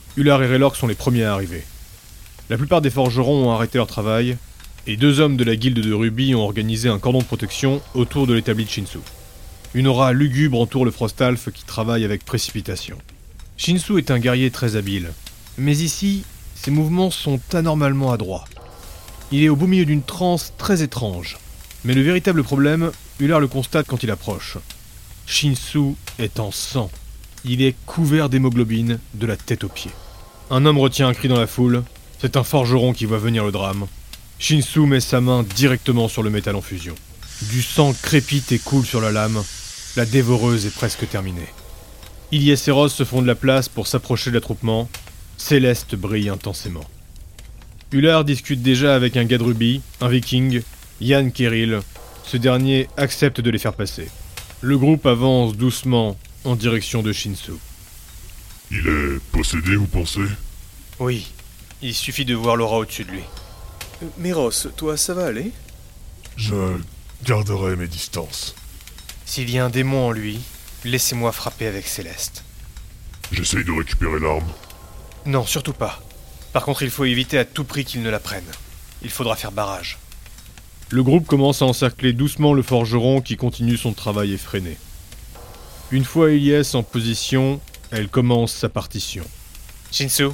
Ular et Raylork sont les premiers à arriver. La plupart des forgerons ont arrêté leur travail, et 2 hommes de la guilde de Ruby ont organisé un cordon de protection autour de l'établi de Shinsu. Une aura lugubre entoure le Frostalf qui travaille avec précipitation. Shinsu est un guerrier très habile, mais ici, ses mouvements sont anormalement adroits. Il est au beau milieu d'une transe très étrange. Mais le véritable problème, Ular le constate quand il approche. Shinsu est en sang. Il est couvert d'hémoglobine de la tête aux pieds. Un homme retient un cri dans la foule. C'est un forgeron qui voit venir le drame. Shinsu met sa main directement sur le métal en fusion. Du sang crépite et coule sur la lame. La dévoreuse est presque terminée. Ilyes et Ross se font de la place pour s'approcher de l'attroupement. Céleste brille intensément. Ular discute déjà avec un gars de Ruby, un viking, Yann Keril. Ce dernier accepte de les faire passer. Le groupe avance doucement en direction de Shinsu. Il est possédé, vous pensez? Oui, il suffit de voir l'aura au-dessus de lui. Mais Ross, toi, ça va aller? Je garderai mes distances. S'il y a un démon en lui, laissez-moi frapper avec Céleste. J'essaye de récupérer l'arme. Non, surtout pas. Par contre, il faut éviter à tout prix qu'il ne la prenne. Il faudra faire barrage. Le groupe commence à encercler doucement le forgeron qui continue son travail effréné. Une fois Ilyes en position, elle commence sa partition. Shinsu,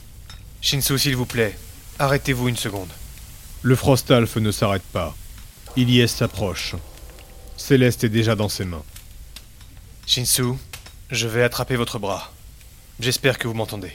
s'il vous plaît, arrêtez-vous une seconde. Le Frostalf ne s'arrête pas. Ilyes s'approche. Céleste est déjà dans ses mains. Shinsu, je vais attraper votre bras. J'espère que vous m'entendez.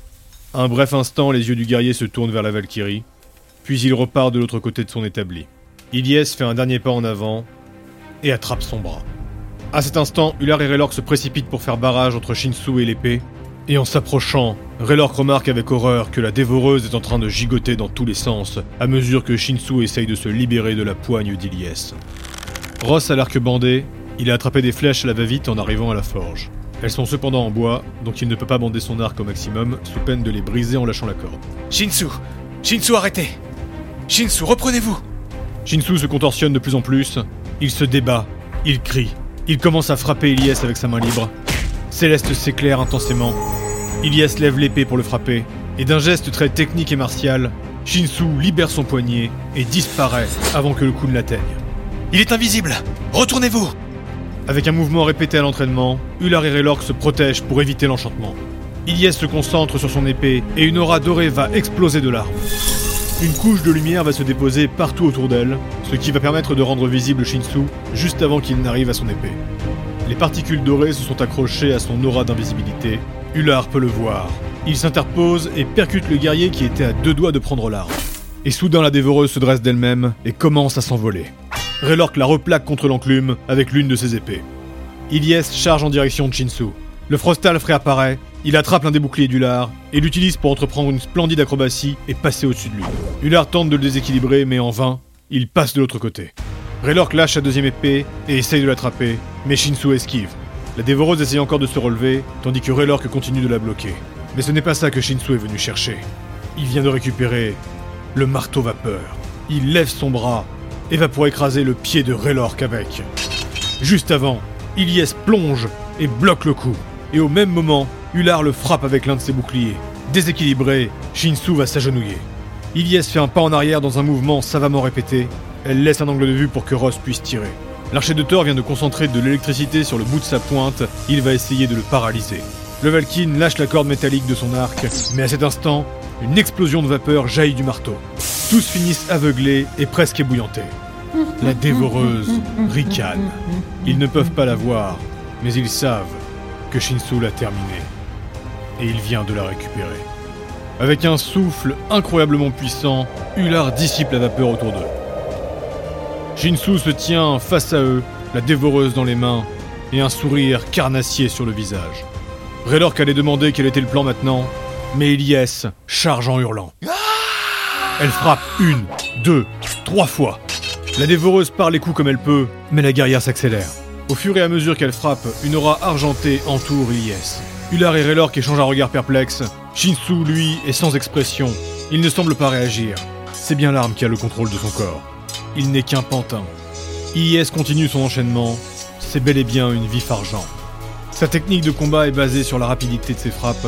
Un bref instant, les yeux du guerrier se tournent vers la Valkyrie, puis il repart de l'autre côté de son établi. Ilyes fait un dernier pas en avant et attrape son bras. À cet instant, Ular et Raylork se précipitent pour faire barrage entre Shinsu et l'épée, et en s'approchant, Raylork remarque avec horreur que la dévoreuse est en train de gigoter dans tous les sens, à mesure que Shinsu essaye de se libérer de la poigne d'Ilyes. Ross a l'arc bandé, il a attrapé des flèches à la va-vite en arrivant à la forge. Elles sont cependant en bois, donc il ne peut pas bander son arc au maximum, sous peine de les briser en lâchant la corde. Shinsu, arrêtez! Shinsu, reprenez-vous! Shinsu se contorsionne de plus en plus, il se débat, il crie, il commence à frapper Ilyes avec sa main libre. Céleste s'éclaire intensément. Ilyes lève l'épée pour le frapper, et d'un geste très technique et martial, Shinsu libère son poignet et disparaît avant que le coup ne l'atteigne. Il est invisible! Retournez-vous! Avec un mouvement répété à l'entraînement, Ular et Raylork se protègent pour éviter l'enchantement. Ilyes se concentre sur son épée et une aura dorée va exploser de l'arme. Une couche de lumière va se déposer partout autour d'elle, ce qui va permettre de rendre visible Shinsu juste avant qu'il n'arrive à son épée. Les particules dorées se sont accrochées à son aura d'invisibilité. Ular peut le voir. Il s'interpose et percute le guerrier qui était à 2 doigts de prendre l'arme. Et soudain la dévoreuse se dresse d'elle-même et commence à s'envoler. Raylork la replaque contre l'enclume avec l'une de ses épées. Ilyes charge en direction de Shinsu. Le Frostalf réapparaît, il attrape l'un des boucliers d'Ular et l'utilise pour entreprendre une splendide acrobatie et passer au-dessus de lui. Ular tente de le déséquilibrer mais en vain, il passe de l'autre côté. Raylork lâche sa 2e épée et essaye de l'attraper, mais Shinsu esquive. La dévoreuse essaye encore de se relever, tandis que Raylork continue de la bloquer. Mais ce n'est pas ça que Shinsu est venu chercher. Il vient de récupérer le marteau vapeur. Il lève son bras et va pour écraser le pied de Raylork avec. Juste avant, Ilyes plonge et bloque le coup. Et au même moment, Ular le frappe avec l'un de ses boucliers. Déséquilibré, Shinsu va s'agenouiller. Ilyes fait un pas en arrière dans un mouvement savamment répété. Elle laisse un angle de vue pour que Ross puisse tirer. L'archer de Thor vient de concentrer de l'électricité sur le bout de sa pointe. Il va essayer de le paralyser. Le Valkyne lâche la corde métallique de son arc, mais à cet instant, une explosion de vapeur jaillit du marteau. Tous finissent aveuglés et presque ébouillantés. La dévoreuse ricane. Ils ne peuvent pas la voir, mais ils savent que Shinsu l'a terminée. Et il vient de la récupérer. Avec un souffle incroyablement puissant, Ular dissipe la vapeur autour d'eux. Shinsu se tient face à eux, la dévoreuse dans les mains, et un sourire carnassier sur le visage. Raylork allait demander quel était le plan maintenant, mais Ilyes charge en hurlant. Elle frappe 1, 2, 3 fois. La dévoreuse part les coups comme elle peut, mais la guerrière s'accélère. Au fur et à mesure qu'elle frappe, une aura argentée entoure Ilyes. Ular et Raylork échangent un regard perplexe. Shinsu, lui, est sans expression. Il ne semble pas réagir. C'est bien l'arme qui a le contrôle de son corps. Il n'est qu'un pantin. Ilyes continue son enchaînement. C'est bel et bien une vif argent. Sa technique de combat est basée sur la rapidité de ses frappes,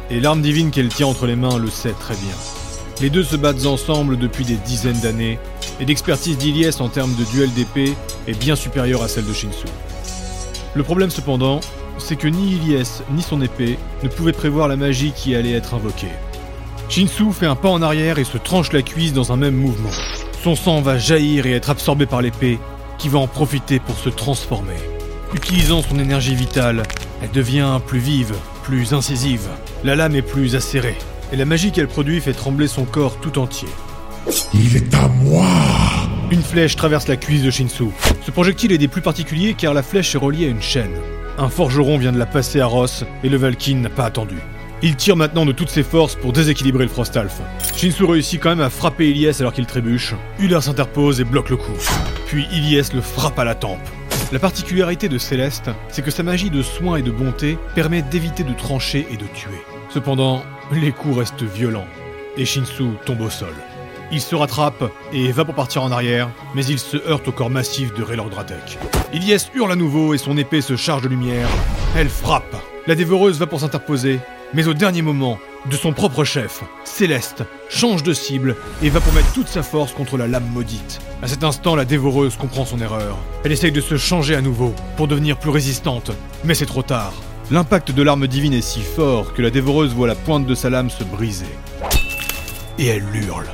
et l'arme divine qu'elle tient entre les mains le sait très bien. Les deux se battent ensemble depuis des dizaines d'années, et l'expertise d'Ilyes en termes de duel d'épée est bien supérieure à celle de Shinsu. Le problème cependant, c'est que ni Ilyes ni son épée ne pouvaient prévoir la magie qui allait être invoquée. Shinsu fait un pas en arrière et se tranche la cuisse dans un même mouvement. Son sang va jaillir et être absorbé par l'épée, qui va en profiter pour se transformer. Utilisant son énergie vitale, elle devient plus vive, plus incisive. La lame est plus acérée, et la magie qu'elle produit fait trembler son corps tout entier. Il est à moi! Une flèche traverse la cuisse de Shinsu. Ce projectile est des plus particuliers car la flèche est reliée à une chaîne. Un forgeron vient de la passer à Ross, et le Valkyne n'a pas attendu. Il tire maintenant de toutes ses forces pour déséquilibrer le Frostalf. Shinsu réussit quand même à frapper Ilyes alors qu'il trébuche. Ullr s'interpose et bloque le coup. Puis Ilyes le frappe à la tempe. La particularité de Céleste, c'est que sa magie de soin et de bonté permet d'éviter de trancher et de tuer. Cependant, les coups restent violents, et Shinsu tombe au sol. Il se rattrape et va pour partir en arrière, mais il se heurte au corps massif de Raylord Dratek. Ilyes hurle à nouveau et son épée se charge de lumière. Elle frappe. La dévoreuse va pour s'interposer, mais au dernier moment, de son propre chef, Céleste change de cible et va pour mettre toute sa force contre la lame maudite. À cet instant, la dévoreuse comprend son erreur. Elle essaye de se changer à nouveau pour devenir plus résistante, mais c'est trop tard. L'impact de l'arme divine est si fort que la dévoreuse voit la pointe de sa lame se briser. Et elle hurle.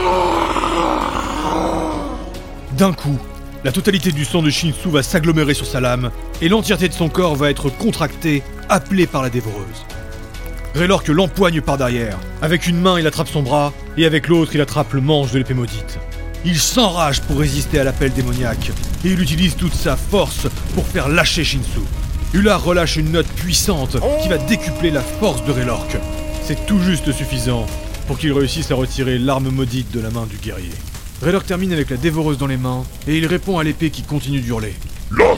D'un coup, la totalité du sang de Shinsu va s'agglomérer sur sa lame, et l'entièreté de son corps va être contractée, appelée par la dévoreuse. Raylord l'empoigne par derrière. Avec une main, il attrape son bras, et avec l'autre, il attrape le manche de l'épée maudite. Il s'enrage pour résister à l'appel démoniaque, et il utilise toute sa force pour faire lâcher Shinsu. Ullr relâche une note puissante qui va décupler la force de Raylord. C'est tout juste suffisant pour qu'il réussisse à retirer l'arme maudite de la main du guerrier. Raylord termine avec la dévoreuse dans les mains, et il répond à l'épée qui continue d'hurler. La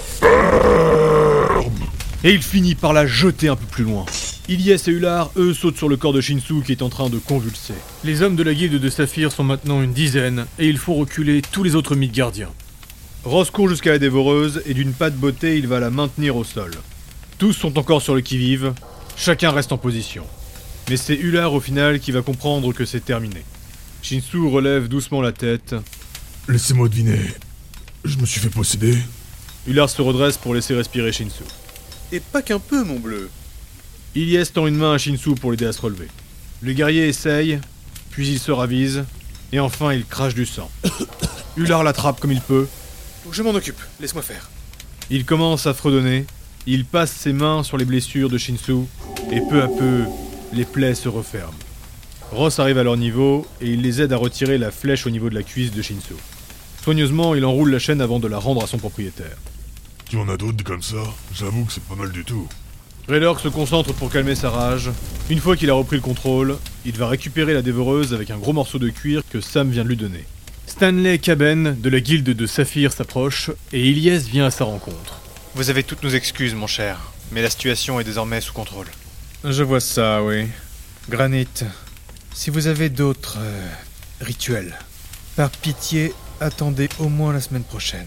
ferme! Et il finit par la jeter un peu plus loin. Ilyes et Ullr, eux, sautent sur le corps de Shinsu qui est en train de convulser. Les hommes de la guilde de Saphir sont maintenant une dizaine, et il faut reculer tous les autres Midgardiens. Ross court jusqu'à la dévoreuse, et d'une patte bottée, il va la maintenir au sol. Tous sont encore sur le qui-vive, chacun reste en position. Mais c'est Ullr au final qui va comprendre que c'est terminé. Shinsu relève doucement la tête. Laissez-moi deviner. Je me suis fait posséder. Ullr se redresse pour laisser respirer Shinsu. Et pas qu'un peu, mon bleu. Ilyes tend une main à Shinsu pour l'aider à se relever. Le guerrier essaye, puis il se ravise, et enfin il crache du sang. Ullr l'attrape comme il peut. Je m'en occupe, laisse-moi faire. Il commence à fredonner, il passe ses mains sur les blessures de Shinsu, et peu à peu, les plaies se referment. Ross arrive à leur niveau, et il les aide à retirer la flèche au niveau de la cuisse de Shinsu. Soigneusement, il enroule la chaîne avant de la rendre à son propriétaire. Tu en as d'autres comme ça? J'avoue que c'est pas mal du tout. Raylord se concentre pour calmer sa rage. Une fois qu'il a repris le contrôle, il va récupérer la dévoreuse avec un gros morceau de cuir que Sam vient de lui donner. Stanley Caben, de la guilde de Saphir, s'approche, et Ilyes vient à sa rencontre. Vous avez toutes nos excuses, mon cher, mais la situation est désormais sous contrôle. Je vois ça, oui. Granit, si vous avez d'autres rituels, par pitié, attendez au moins la semaine prochaine.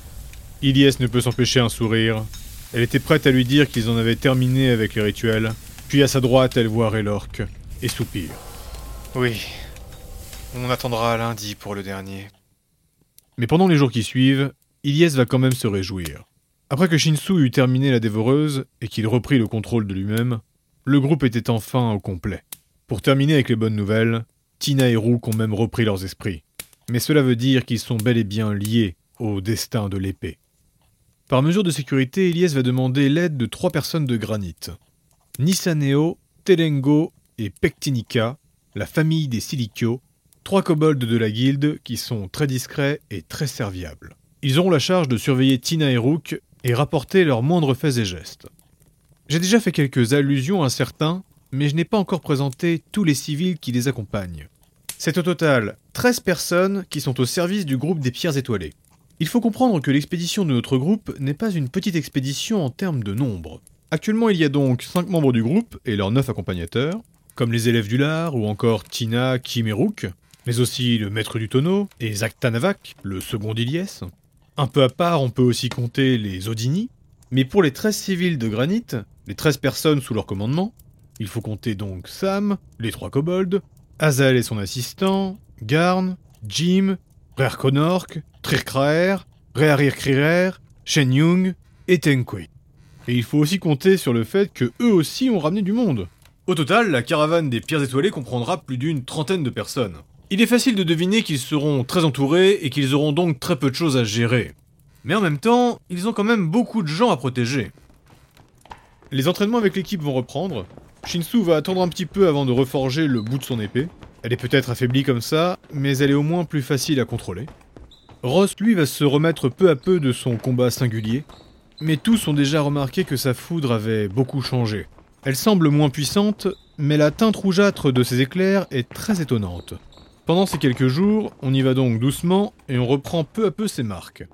Ilyes ne peut s'empêcher un sourire. Elle était prête à lui dire qu'ils en avaient terminé avec les rituels, puis à sa droite, elle voit Raylord et soupire. Oui, on attendra lundi pour le dernier. Mais pendant les jours qui suivent, Ilyes va quand même se réjouir. Après que Shinsu eut terminé la dévoreuse et qu'il reprit le contrôle de lui-même, le groupe était enfin au complet. Pour terminer avec les bonnes nouvelles, Tina et Rook ont même repris leurs esprits. Mais cela veut dire qu'ils sont bel et bien liés au destin de l'épée. Par mesure de sécurité, Ilyes va demander l'aide de 3 personnes de granit. Nisaneo, Telengo et Pectinica, la famille des Silicio, 3 kobolds de la guilde qui sont très discrets et très serviables. Ils auront la charge de surveiller Tina et Rook et rapporter leurs moindres faits et gestes. J'ai déjà fait quelques allusions à certains, mais je n'ai pas encore présenté tous les civils qui les accompagnent. C'est au total 13 personnes qui sont au service du groupe des Pierres Étoilées. Il faut comprendre que l'expédition de notre groupe n'est pas une petite expédition en termes de nombre. Actuellement, il y a donc 5 membres du groupe et leurs 9 accompagnateurs, comme les élèves du Lard ou encore Tina, Kim et Rook, mais aussi le maître du tonneau et Zak Tanavak, le second d'Ilyes. Un peu à part, on peut aussi compter les Odini, mais pour les 13 civils de granit, les 13 personnes sous leur commandement, Il faut compter donc Sam, les 3 kobolds, Azael et son assistant, Garn, Jim, Rer Konork, Trirkraer, Rearir Krirer, Shen Yung et Tenkwe. Et il faut aussi compter sur le fait que eux aussi ont ramené du monde. Au total, la caravane des Pierres Étoilées comprendra plus d'une 30aine de personnes. Il est facile de deviner qu'ils seront très entourés et qu'ils auront donc très peu de choses à gérer. Mais en même temps, ils ont quand même beaucoup de gens à protéger. Les entraînements avec l'équipe vont reprendre. Shinsu va attendre un petit peu avant de reforger le bout de son épée. Elle est peut-être affaiblie comme ça, mais elle est au moins plus facile à contrôler. Ross, lui, va se remettre peu à peu de son combat singulier, mais tous ont déjà remarqué que sa foudre avait beaucoup changé. Elle semble moins puissante, mais la teinte rougeâtre de ses éclairs est très étonnante. Pendant ces quelques jours, on y va donc doucement et on reprend peu à peu ses marques.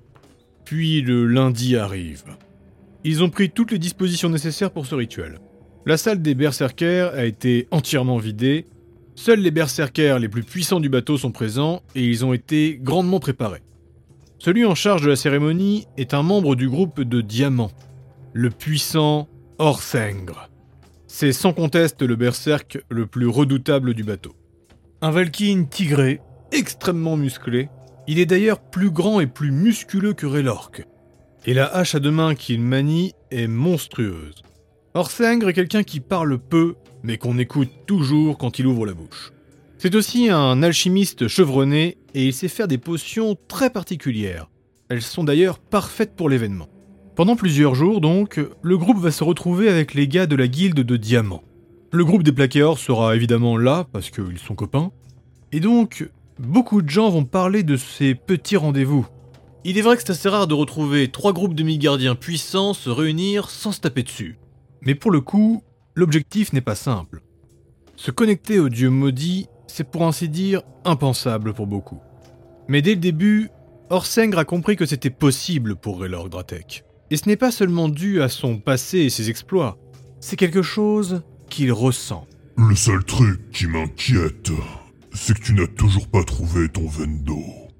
Puis le lundi arrive. Ils ont pris toutes les dispositions nécessaires pour ce rituel. La salle des berserkers a été entièrement vidée. Seuls les berserkers les plus puissants du bateau sont présents et ils ont été grandement préparés. Celui en charge de la cérémonie est un membre du groupe de Diamant, le puissant Orcengr. C'est sans conteste le berserk le plus redoutable du bateau. Un Valkyne tigré, extrêmement musclé, il est d'ailleurs plus grand et plus musculeux que Relork. Et la hache à 2 mains qu'il manie est monstrueuse. Orcengr est quelqu'un qui parle peu, mais qu'on écoute toujours quand il ouvre la bouche. C'est aussi un alchimiste chevronné et il sait faire des potions très particulières. Elles sont d'ailleurs parfaites pour l'événement. Pendant plusieurs jours donc, le groupe va se retrouver avec les gars de la guilde de Diamant. Le groupe des Plaquéors sera évidemment là, parce qu'ils sont copains. Et donc, beaucoup de gens vont parler de ces petits rendez-vous. Il est vrai que c'est assez rare de retrouver 3 groupes de mi-gardiens puissants se réunir sans se taper dessus. Mais pour le coup, l'objectif n'est pas simple. Se connecter au dieu maudit, c'est pour ainsi dire impensable pour beaucoup. Mais dès le début, Orcengr a compris que c'était possible pour Relork Dratek. Et ce n'est pas seulement dû à son passé et ses exploits, c'est quelque chose qu'il ressent. Le seul truc qui m'inquiète, c'est que tu n'as toujours pas trouvé ton Vendo.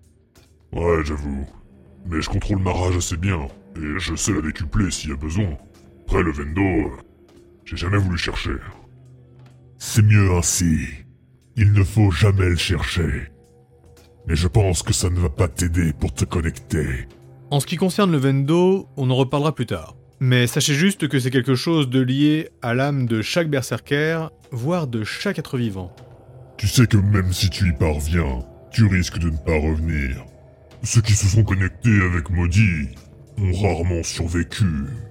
Ouais, j'avoue. Mais je contrôle ma rage assez bien, et je sais la décupler s'il y a besoin. Après le Vendo, j'ai jamais voulu chercher. C'est mieux ainsi. Il ne faut jamais le chercher. Mais je pense que ça ne va pas t'aider pour te connecter. En ce qui concerne le Vendo, on en reparlera plus tard. Mais sachez juste que c'est quelque chose de lié à l'âme de chaque berserker, voire de chaque être vivant. Tu sais que même si tu y parviens, tu risques de ne pas revenir. Ceux qui se sont connectés avec Maudit ont rarement survécu.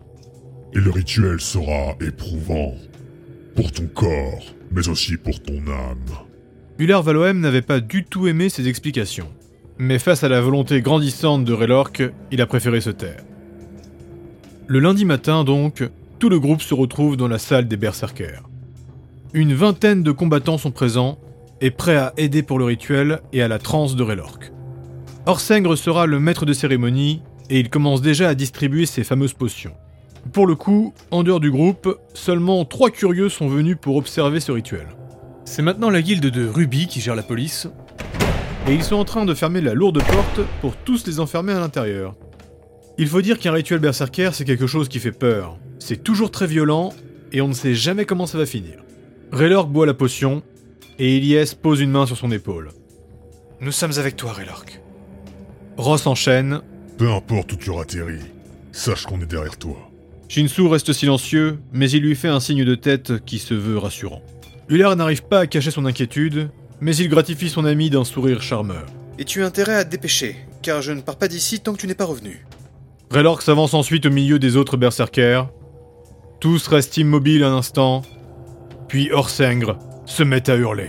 Et le rituel sera éprouvant. Pour ton corps, mais aussi pour ton âme. Ular Valohem n'avait pas du tout aimé ces explications. Mais face à la volonté grandissante de Relork, il a préféré se taire. Le lundi matin donc, tout le groupe se retrouve dans la salle des berserkers. Une 20aine de combattants sont présents, et prêts à aider pour le rituel et à la transe de Relork. Orcengr sera le maître de cérémonie, et il commence déjà à distribuer ses fameuses potions. Pour le coup, en dehors du groupe, seulement 3 curieux sont venus pour observer ce rituel. C'est maintenant la guilde de Ruby qui gère la police, et ils sont en train de fermer la lourde porte pour tous les enfermer à l'intérieur. Il faut dire qu'un rituel berserker, c'est quelque chose qui fait peur. C'est toujours très violent, et on ne sait jamais comment ça va finir. Relork boit la potion, et Ilyes pose une main sur son épaule. Nous sommes avec toi, Relork. Ross enchaîne. Peu importe où tu atterris, sache qu'on est derrière toi. Shinsu reste silencieux, mais il lui fait un signe de tête qui se veut rassurant. Ular n'arrive pas à cacher son inquiétude, mais il gratifie son ami d'un sourire charmeur. Et tu as intérêt à te dépêcher, car je ne pars pas d'ici tant que tu n'es pas revenu. Relork s'avance ensuite au milieu des autres berserkers. Tous restent immobiles un instant, puis Orcengr se met à hurler.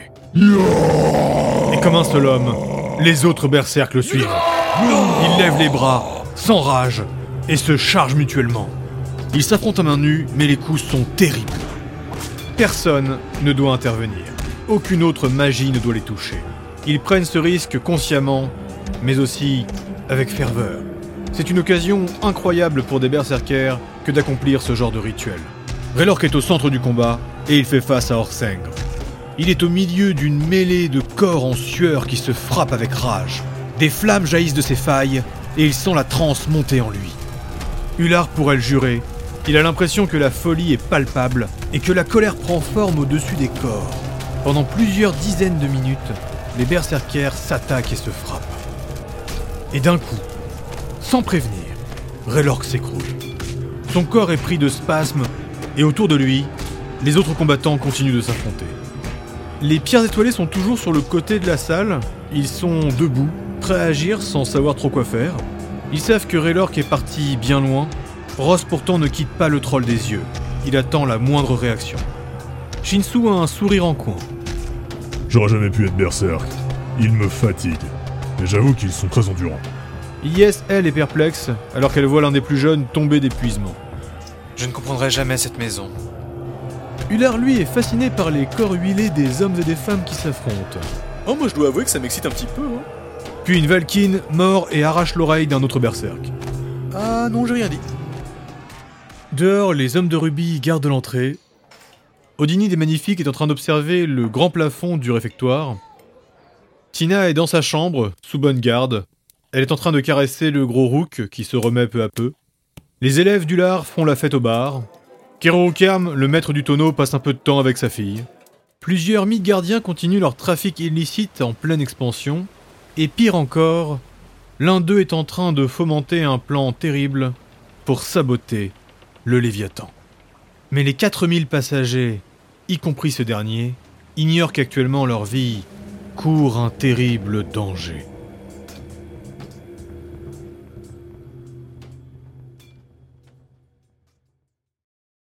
Et comme un seul homme, les autres berserkers le suivent. Ils lèvent les bras, s'enragent, et se chargent mutuellement. Ils s'affrontent à main nue, mais les coups sont terribles. Personne ne doit intervenir. Aucune autre magie ne doit les toucher. Ils prennent ce risque consciemment, mais aussi avec ferveur. C'est une occasion incroyable pour des berserkers que d'accomplir ce genre de rituel. Relork est au centre du combat, et il fait face à Orcengr. Il est au milieu d'une mêlée de corps en sueur qui se frappent avec rage. Des flammes jaillissent de ses failles, et il sent la transe monter en lui. Ular pourrait le jurer, Il a l'impression que la folie est palpable et que la colère prend forme au-dessus des corps. Pendant plusieurs dizaines de minutes, les berserkers s'attaquent et se frappent. Et d'un coup, sans prévenir, Raylork s'écroule. Son corps est pris de spasmes et autour de lui, les autres combattants continuent de s'affronter. Les pierres étoilées sont toujours sur le côté de la salle. Ils sont debout, prêts à agir sans savoir trop quoi faire. Ils savent que Raylork est parti bien loin. Ross pourtant ne quitte pas le troll des yeux. Il attend la moindre réaction. Shinsu a un sourire en coin. J'aurais jamais pu être berserk. Ils me fatiguent. Et j'avoue qu'ils sont très endurants. Yes, elle est perplexe, alors qu'elle voit l'un des plus jeunes tomber d'épuisement. Je ne comprendrai jamais cette maison. Ular, lui, est fasciné par les corps huilés des hommes et des femmes qui s'affrontent. Oh, moi je dois avouer que ça m'excite un petit peu, hein. Puis une Valkyne mord et arrache l'oreille d'un autre berserk. Ah non, j'ai rien dit. Dehors, les hommes de rubis gardent l'entrée. Odini des Magnifiques est en train d'observer le grand plafond du réfectoire. Tina est dans sa chambre, sous bonne garde. Elle est en train de caresser le gros Rook qui se remet peu à peu. Les élèves d'Ular font la fête au bar. Keroukerm, le maître du tonneau, passe un peu de temps avec sa fille. Plusieurs mythes-gardiens continuent leur trafic illicite en pleine expansion. Et pire encore, l'un d'eux est en train de fomenter un plan terrible pour saboter le Léviathan. Mais les 4000 passagers, y compris ce dernier, ignorent qu'actuellement leur vie court un terrible danger.